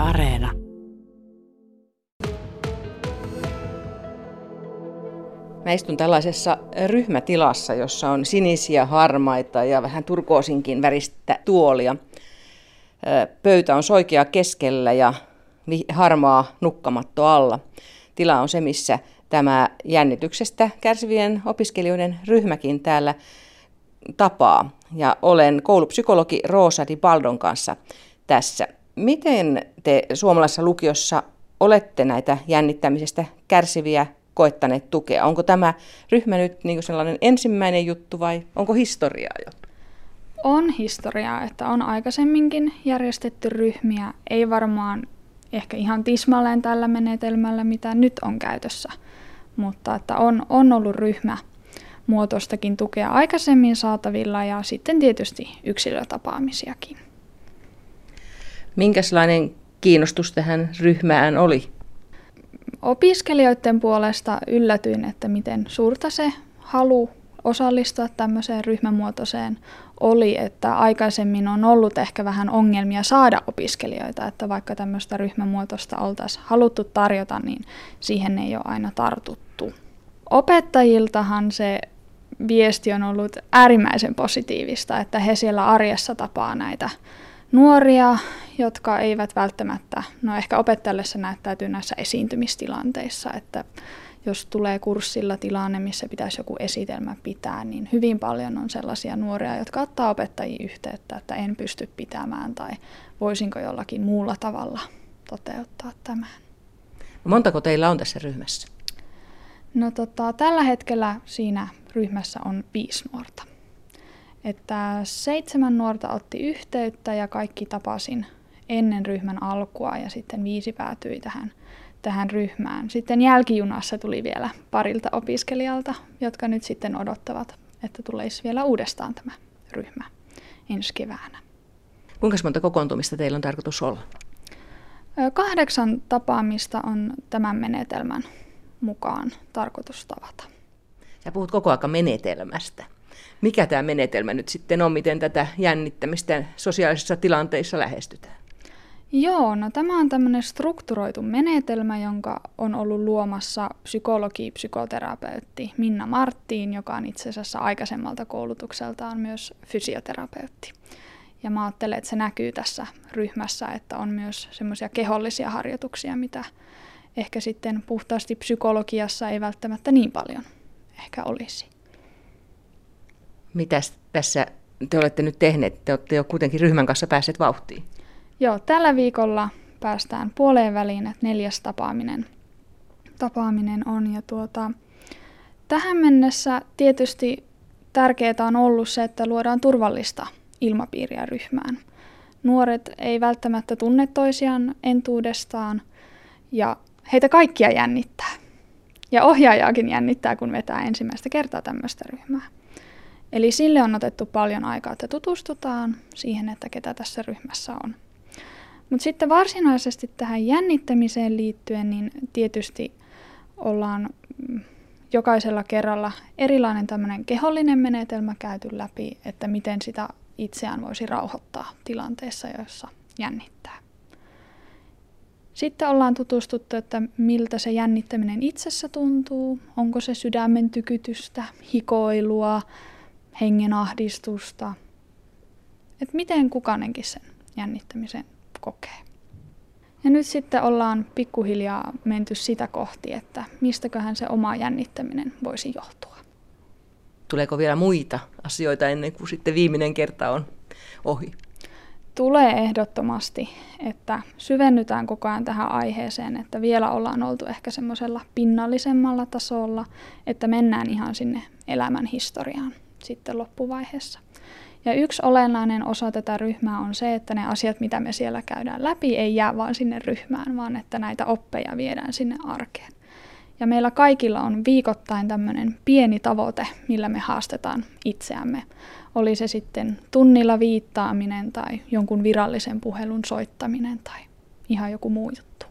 Areena. Mä istun tällaisessa ryhmätilassa, jossa on sinisiä, harmaita ja vähän turkoosinkin väristä tuolia. Pöytä on soikea keskellä ja harmaa nukkamatto alla. Tila on se, missä tämä jännityksestä kärsivien opiskelijoiden ryhmäkin täällä tapaa. Ja olen koulupsykologi Rosa Di Baldon kanssa tässä. Miten te suomalaisessa lukiossa olette näitä jännittämisestä kärsiviä koettaneet tukea? Onko tämä ryhmä nyt niin kuin sellainen ensimmäinen juttu vai onko historiaa jo? On historiaa, että on aikaisemminkin järjestetty ryhmiä, ei varmaan ehkä ihan tismalleen tällä menetelmällä, mitä nyt on käytössä, mutta että on ollut ryhmämuotoistakin tukea aikaisemmin saatavilla ja sitten tietysti yksilötapaamisiakin. Minkälainen kiinnostus tähän ryhmään oli? Opiskelijoiden puolesta yllätyin, että miten suurta se halu osallistua tämmöiseen ryhmämuotoiseen oli, että aikaisemmin on ollut ehkä vähän ongelmia saada opiskelijoita, että vaikka tämmöistä ryhmämuotoista oltaisiin haluttu tarjota, niin siihen ei ole aina tartuttu. Opettajiltahan se viesti on ollut äärimmäisen positiivista, että he siellä arjessa tapaa näitä nuoria, jotka eivät välttämättä, no ehkä opettajalle se näyttäytyy näissä esiintymistilanteissa, että jos tulee kurssilla tilanne, missä pitäisi joku esitelmä pitää, niin hyvin paljon on sellaisia nuoria, jotka ottaa opettajiin yhteyttä, että en pysty pitämään tai voisinko jollakin muulla tavalla toteuttaa tämän. Montako teillä on tässä ryhmässä? No tällä hetkellä siinä ryhmässä on 5 nuorta. Että 7 nuorta otti yhteyttä ja kaikki tapasin ennen ryhmän alkua ja sitten 5 päätyi tähän ryhmään. Sitten jälkijunassa tuli vielä parilta opiskelijalta, jotka nyt sitten odottavat, että tulisi vielä uudestaan tämä ryhmä ensi keväänä. Kuinka monta kokoontumista teillä on tarkoitus olla? 8 tapaamista on tämän menetelmän mukaan tarkoitus tavata. Sä puhut koko ajan menetelmästä. Mikä tämä menetelmä nyt sitten on, miten tätä jännittämistä sosiaalisissa tilanteissa lähestytään? Joo, no tämä on tämmöinen strukturoitu menetelmä, jonka on ollut luomassa psykoterapeutti Minna Marttiin, joka on itse asiassa aikaisemmalta koulutukseltaan myös fysioterapeutti. Ja mä ajattelen, että se näkyy tässä ryhmässä, että on myös semmoisia kehollisia harjoituksia, mitä ehkä sitten puhtaasti psykologiassa ei välttämättä niin paljon ehkä olisi. Mitäs tässä te olette nyt tehneet? Te olette jo kuitenkin ryhmän kanssa päässeet vauhtiin. Joo, tällä viikolla päästään puoleen väliin, että 4. tapaaminen on. Ja tähän mennessä tietysti tärkeää on ollut se, että luodaan turvallista ilmapiiriä ryhmään. Nuoret ei välttämättä tunne toisiaan entuudestaan ja heitä kaikkia jännittää. Ja ohjaajaakin jännittää, kun vetää ensimmäistä kertaa tämmöistä ryhmää. Eli sille on otettu paljon aikaa, että tutustutaan siihen, että ketä tässä ryhmässä on. Mutta sitten varsinaisesti tähän jännittämiseen liittyen, niin tietysti ollaan jokaisella kerralla erilainen tämmöinen kehollinen menetelmä käyty läpi, että miten sitä itseään voisi rauhoittaa tilanteessa, joissa jännittää. Sitten ollaan tutustuttu, että miltä se jännittäminen itsessä tuntuu, onko se sydämen tykytystä, hikoilua, hengenahdistusta, että miten kukainenkin sen jännittämisen kokee. Ja nyt sitten ollaan pikkuhiljaa menty sitä kohti, että mistäköhän se oma jännittäminen voisi johtua. Tuleeko vielä muita asioita ennen kuin sitten viimeinen kerta on ohi? Tulee ehdottomasti, että syvennytään koko ajan tähän aiheeseen, että vielä ollaan oltu ehkä semmoisella pinnallisemmalla tasolla, että mennään ihan sinne elämän historiaan sitten loppuvaiheessa. Ja yksi olennainen osa tätä ryhmää on se, että ne asiat, mitä me siellä käydään läpi, ei jää vaan sinne ryhmään, vaan että näitä oppeja viedään sinne arkeen. Ja meillä kaikilla on viikoittain tämmöinen pieni tavoite, millä me haastetaan itseämme. Oli se sitten tunnilla viittaaminen tai jonkun virallisen puhelun soittaminen tai ihan joku muu juttu.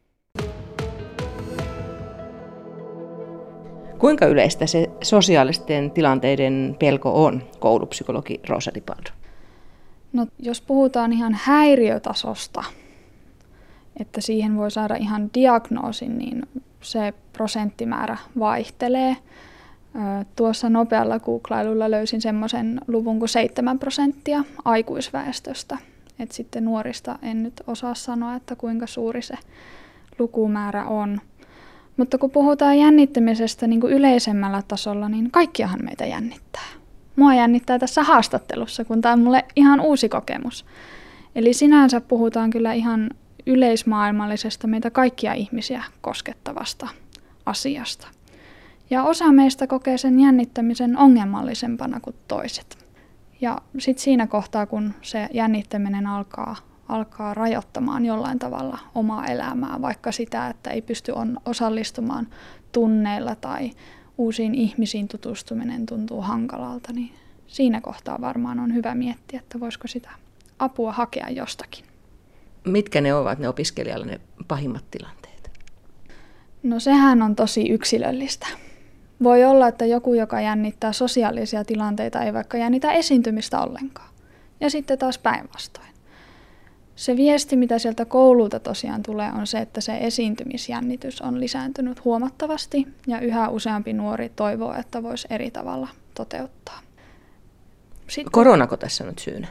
Kuinka yleistä se sosiaalisten tilanteiden pelko on, koulupsykologi Rosa Di Baldon? No, jos puhutaan ihan häiriötasosta, että siihen voi saada ihan diagnoosin, niin se prosenttimäärä vaihtelee. Tuossa nopealla googlailulla löysin semmoisen luvun kuin 7% aikuisväestöstä. Et sitten nuorista en nyt osaa sanoa, että kuinka suuri se lukumäärä on. Mutta kun puhutaan jännittämisestä niin kuin yleisemmällä tasolla, niin kaikkiahan meitä jännittää. Mua jännittää tässä haastattelussa, kun tämä on mulle ihan uusi kokemus. Eli sinänsä puhutaan kyllä ihan yleismaailmallisesta meitä kaikkia ihmisiä koskettavasta asiasta. Ja osa meistä kokee sen jännittämisen ongelmallisempana kuin toiset. Ja sitten siinä kohtaa, kun se jännittäminen alkaa rajoittamaan jollain tavalla omaa elämää, vaikka sitä, että ei pysty osallistumaan tunneilla tai uusiin ihmisiin tutustuminen tuntuu hankalalta, niin siinä kohtaa varmaan on hyvä miettiä, että voisiko sitä apua hakea jostakin. Mitkä ne ovat ne opiskelijalle ne pahimmat tilanteet? No sehän on tosi yksilöllistä. Voi olla, että joku, joka jännittää sosiaalisia tilanteita, ei vaikka jännitä esiintymistä ollenkaan. Ja sitten taas päinvastoin. Se viesti, mitä sieltä koululta tosiaan tulee, on se, että se esiintymisjännitys on lisääntynyt huomattavasti ja yhä useampi nuori toivoo, että voisi eri tavalla toteuttaa. Sitten, koronako tässä nyt syynä?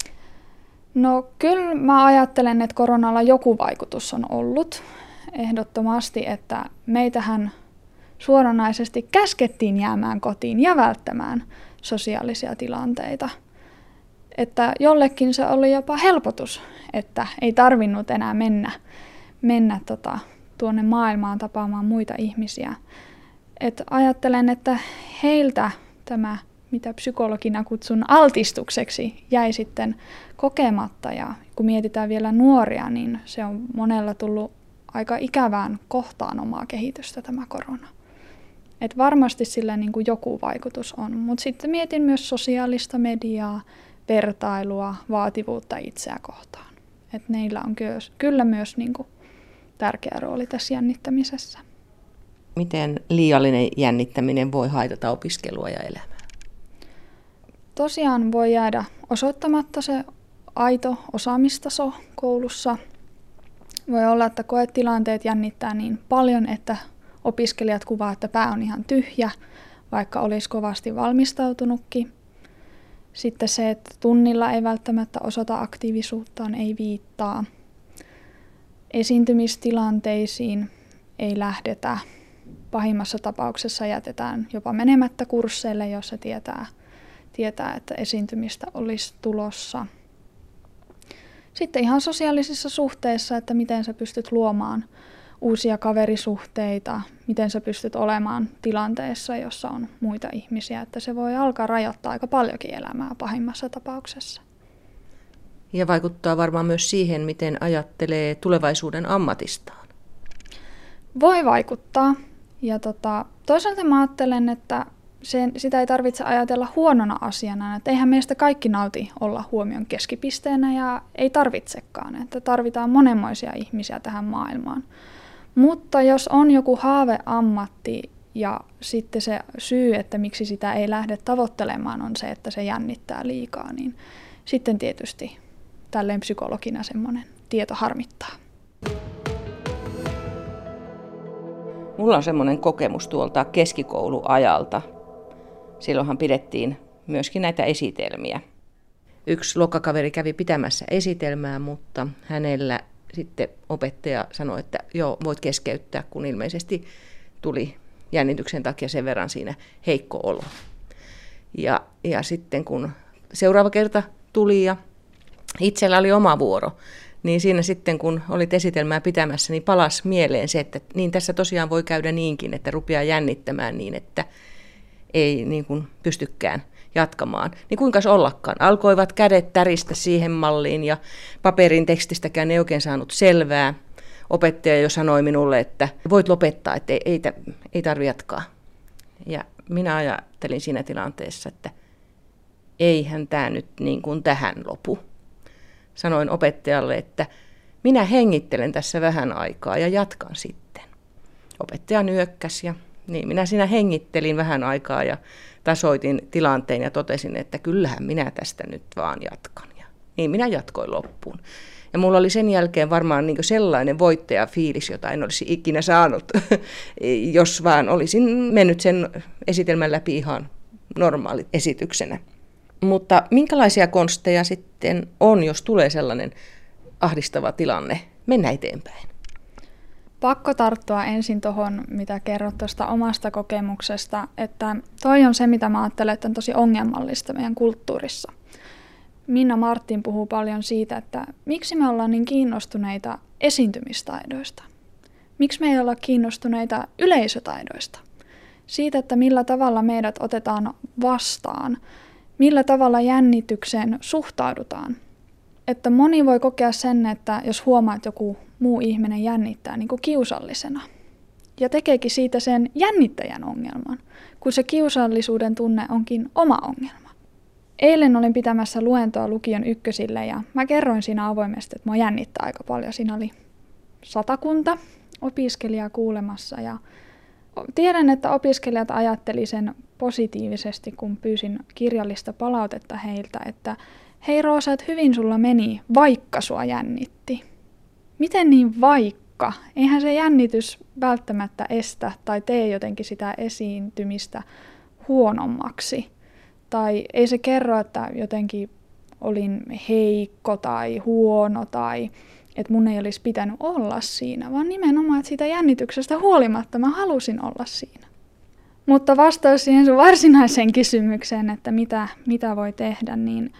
No kyllä mä ajattelen, että koronalla joku vaikutus on ollut. Ehdottomasti, että meitähän suoranaisesti käskettiin jäämään kotiin ja välttämään sosiaalisia tilanteita. Että jollekin se oli jopa helpotus, että ei tarvinnut enää mennä tuonne maailmaan tapaamaan muita ihmisiä. Et ajattelen, että heiltä tämä, mitä psykologina kutsun altistukseksi, jäi sitten kokematta. Ja kun mietitään vielä nuoria, niin se on monella tullut aika ikävään kohtaan omaa kehitystä tämä korona. Et varmasti sillä niin kuin joku vaikutus on, mutta sitten mietin myös sosiaalista mediaa, vertailua, vaativuutta itseä kohtaan. Et neillä on kyllä myös niin kuin tärkeä rooli tässä jännittämisessä. Miten liiallinen jännittäminen voi haitata opiskelua ja elämää? Tosiaan voi jäädä osoittamatta se aito osaamistaso koulussa. Voi olla, että koetilanteet jännittää niin paljon, että opiskelijat kuvaa, että pää on ihan tyhjä, vaikka olisi kovasti valmistautunutkin. Sitten se, että tunnilla ei välttämättä osoita aktiivisuuttaan, ei viittaa. Esiintymistilanteisiin ei lähdetä. Pahimmassa tapauksessa jätetään jopa menemättä kursseille, jos se tietää, että esiintymistä olisi tulossa. Sitten ihan sosiaalisissa suhteissa, että miten sä pystyt luomaan uusia kaverisuhteita, miten sä pystyt olemaan tilanteessa, jossa on muita ihmisiä, että se voi alkaa rajoittaa aika paljonkin elämää pahimmassa tapauksessa. Ja vaikuttaa varmaan myös siihen, miten ajattelee tulevaisuuden ammatistaan. Voi vaikuttaa. Ja toisaalta mä ajattelen, että sitä ei tarvitse ajatella huonona asiana, että eihän meistä kaikki nauti olla huomion keskipisteenä ja ei tarvitsekaan, että tarvitaan monenmoisia ihmisiä tähän maailmaan. Mutta jos on joku haaveammatti ja sitten se syy, että miksi sitä ei lähde tavoittelemaan on se, että se jännittää liikaa, niin sitten tietysti tälleen psykologina semmoinen tieto harmittaa. Mulla on semmoinen kokemus tuolta keskikouluajalta. Silloinhan pidettiin myöskin näitä esitelmiä. Yksi luokkakaveri kävi pitämässä esitelmää, mutta hänellä sitten opettaja sanoi, että joo, voit keskeyttää, kun ilmeisesti tuli jännityksen takia sen verran siinä heikko olo. Ja sitten kun seuraava kerta tuli ja itsellä oli oma vuoro, niin siinä sitten kun olit esitelmää pitämässä, niin palasi mieleen se, että niin tässä tosiaan voi käydä niinkin, että rupeaa jännittämään niin, että ei niin kuin pystykään jatkamaan. Niin kuinkas ollakaan? Alkoivat kädet täristä siihen malliin ja paperin tekstistäkään ei oikein saanut selvää. Opettaja jo sanoi minulle, että voit lopettaa, että ei tarvitse jatkaa. Ja minä ajattelin siinä tilanteessa, että eihän tämä nyt niin kuin tähän lopu. Sanoin opettajalle, että minä hengittelen tässä vähän aikaa ja jatkan sitten. Opettaja nyökkäsi ja niin minä siinä hengittelin vähän aikaa ja tasoitin tilanteen ja totesin, että kyllähän minä tästä nyt vaan jatkan. Ja niin minä jatkoin loppuun. Ja mulla oli sen jälkeen varmaan niin kuin sellainen voittajafiilis, jota en olisi ikinä saanut, jos vaan olisin mennyt sen esitelmän läpi ihan normaali esityksenä. Mutta minkälaisia konsteja sitten on, jos tulee sellainen ahdistava tilanne mennä eteenpäin? Pakko tarttua ensin tuohon, mitä kerrot tuosta omasta kokemuksesta, että toi on se, mitä mä ajattelen, että on tosi ongelmallista meidän kulttuurissa. Minna Martin puhuu paljon siitä, että miksi me ollaan niin kiinnostuneita esiintymistaidoista. Miksi me ei olla kiinnostuneita yleisötaidoista. Siitä, että millä tavalla meidät otetaan vastaan, millä tavalla jännitykseen suhtaudutaan. Että moni voi kokea sen, että jos huomaa, että joku muu ihminen jännittää niin kuin kiusallisena. Ja tekeekin siitä sen jännittäjän ongelman, kun se kiusallisuuden tunne onkin oma ongelma. Eilen olin pitämässä luentoa lukion ykkösille ja mä kerroin siinä avoimesti, että mua jännittää aika paljon. Siinä oli 100 opiskelijaa kuulemassa ja tiedän, että opiskelijat ajatteli sen positiivisesti, kun pyysin kirjallista palautetta heiltä, että hei Roosa, että hyvin sulla meni, vaikka sua jännitti. Miten niin vaikka? Eihän se jännitys välttämättä estä tai tee jotenkin sitä esiintymistä huonommaksi. Tai ei se kerro, että jotenkin olin heikko tai huono tai että mun ei olisi pitänyt olla siinä, vaan nimenomaan, että siitä jännityksestä huolimatta mä halusin olla siinä. Mutta vastaus siihen sun varsinaiseen kysymykseen, että mitä voi tehdä, niin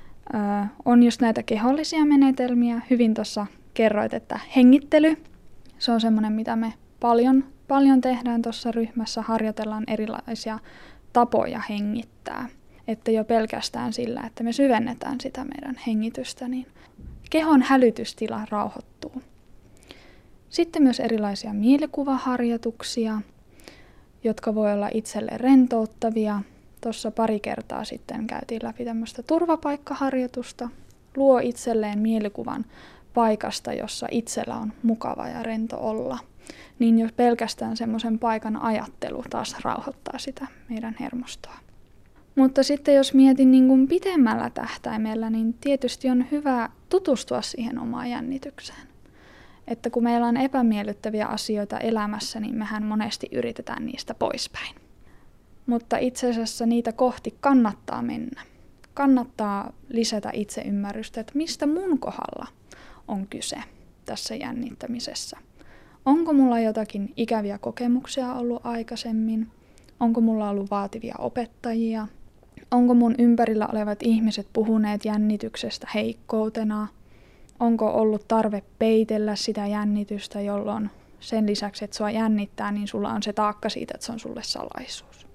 on just näitä kehollisia menetelmiä. Hyvin tuossa kerroit, että hengittely, se on semmoinen, mitä me paljon tehdään tuossa ryhmässä, harjoitellaan erilaisia tapoja hengittää. Että jo pelkästään sillä, että me syvennetään sitä meidän hengitystä, niin kehon hälytystila rauhoittuu. Sitten myös erilaisia mielikuvaharjoituksia, jotka voi olla itselle rentouttavia. Tuossa pari kertaa sitten käytiin läpi tämmöistä turvapaikkaharjoitusta. Luo itselleen mielikuvan paikasta, jossa itsellä on mukava ja rento olla. Niin jos pelkästään semmoisen paikan ajattelu taas rauhoittaa sitä meidän hermostoa. Mutta sitten jos mietin niin kuin pitemmällä tähtäimellä, niin tietysti on hyvä tutustua siihen omaan jännitykseen. Että kun meillä on epämiellyttäviä asioita elämässä, niin mehän monesti yritetään niistä poispäin. Mutta itse asiassa niitä kohti kannattaa mennä. Kannattaa lisätä itseymmärrystä, että mistä mun kohdalla on kyse tässä jännittämisessä. Onko mulla jotakin ikäviä kokemuksia ollut aikaisemmin? Onko mulla ollut vaativia opettajia? Onko mun ympärillä olevat ihmiset puhuneet jännityksestä heikkoutena? Onko ollut tarve peitellä sitä jännitystä, jolloin sen lisäksi, että sua jännittää, niin sulla on se taakka siitä, että se on sulle salaisuus?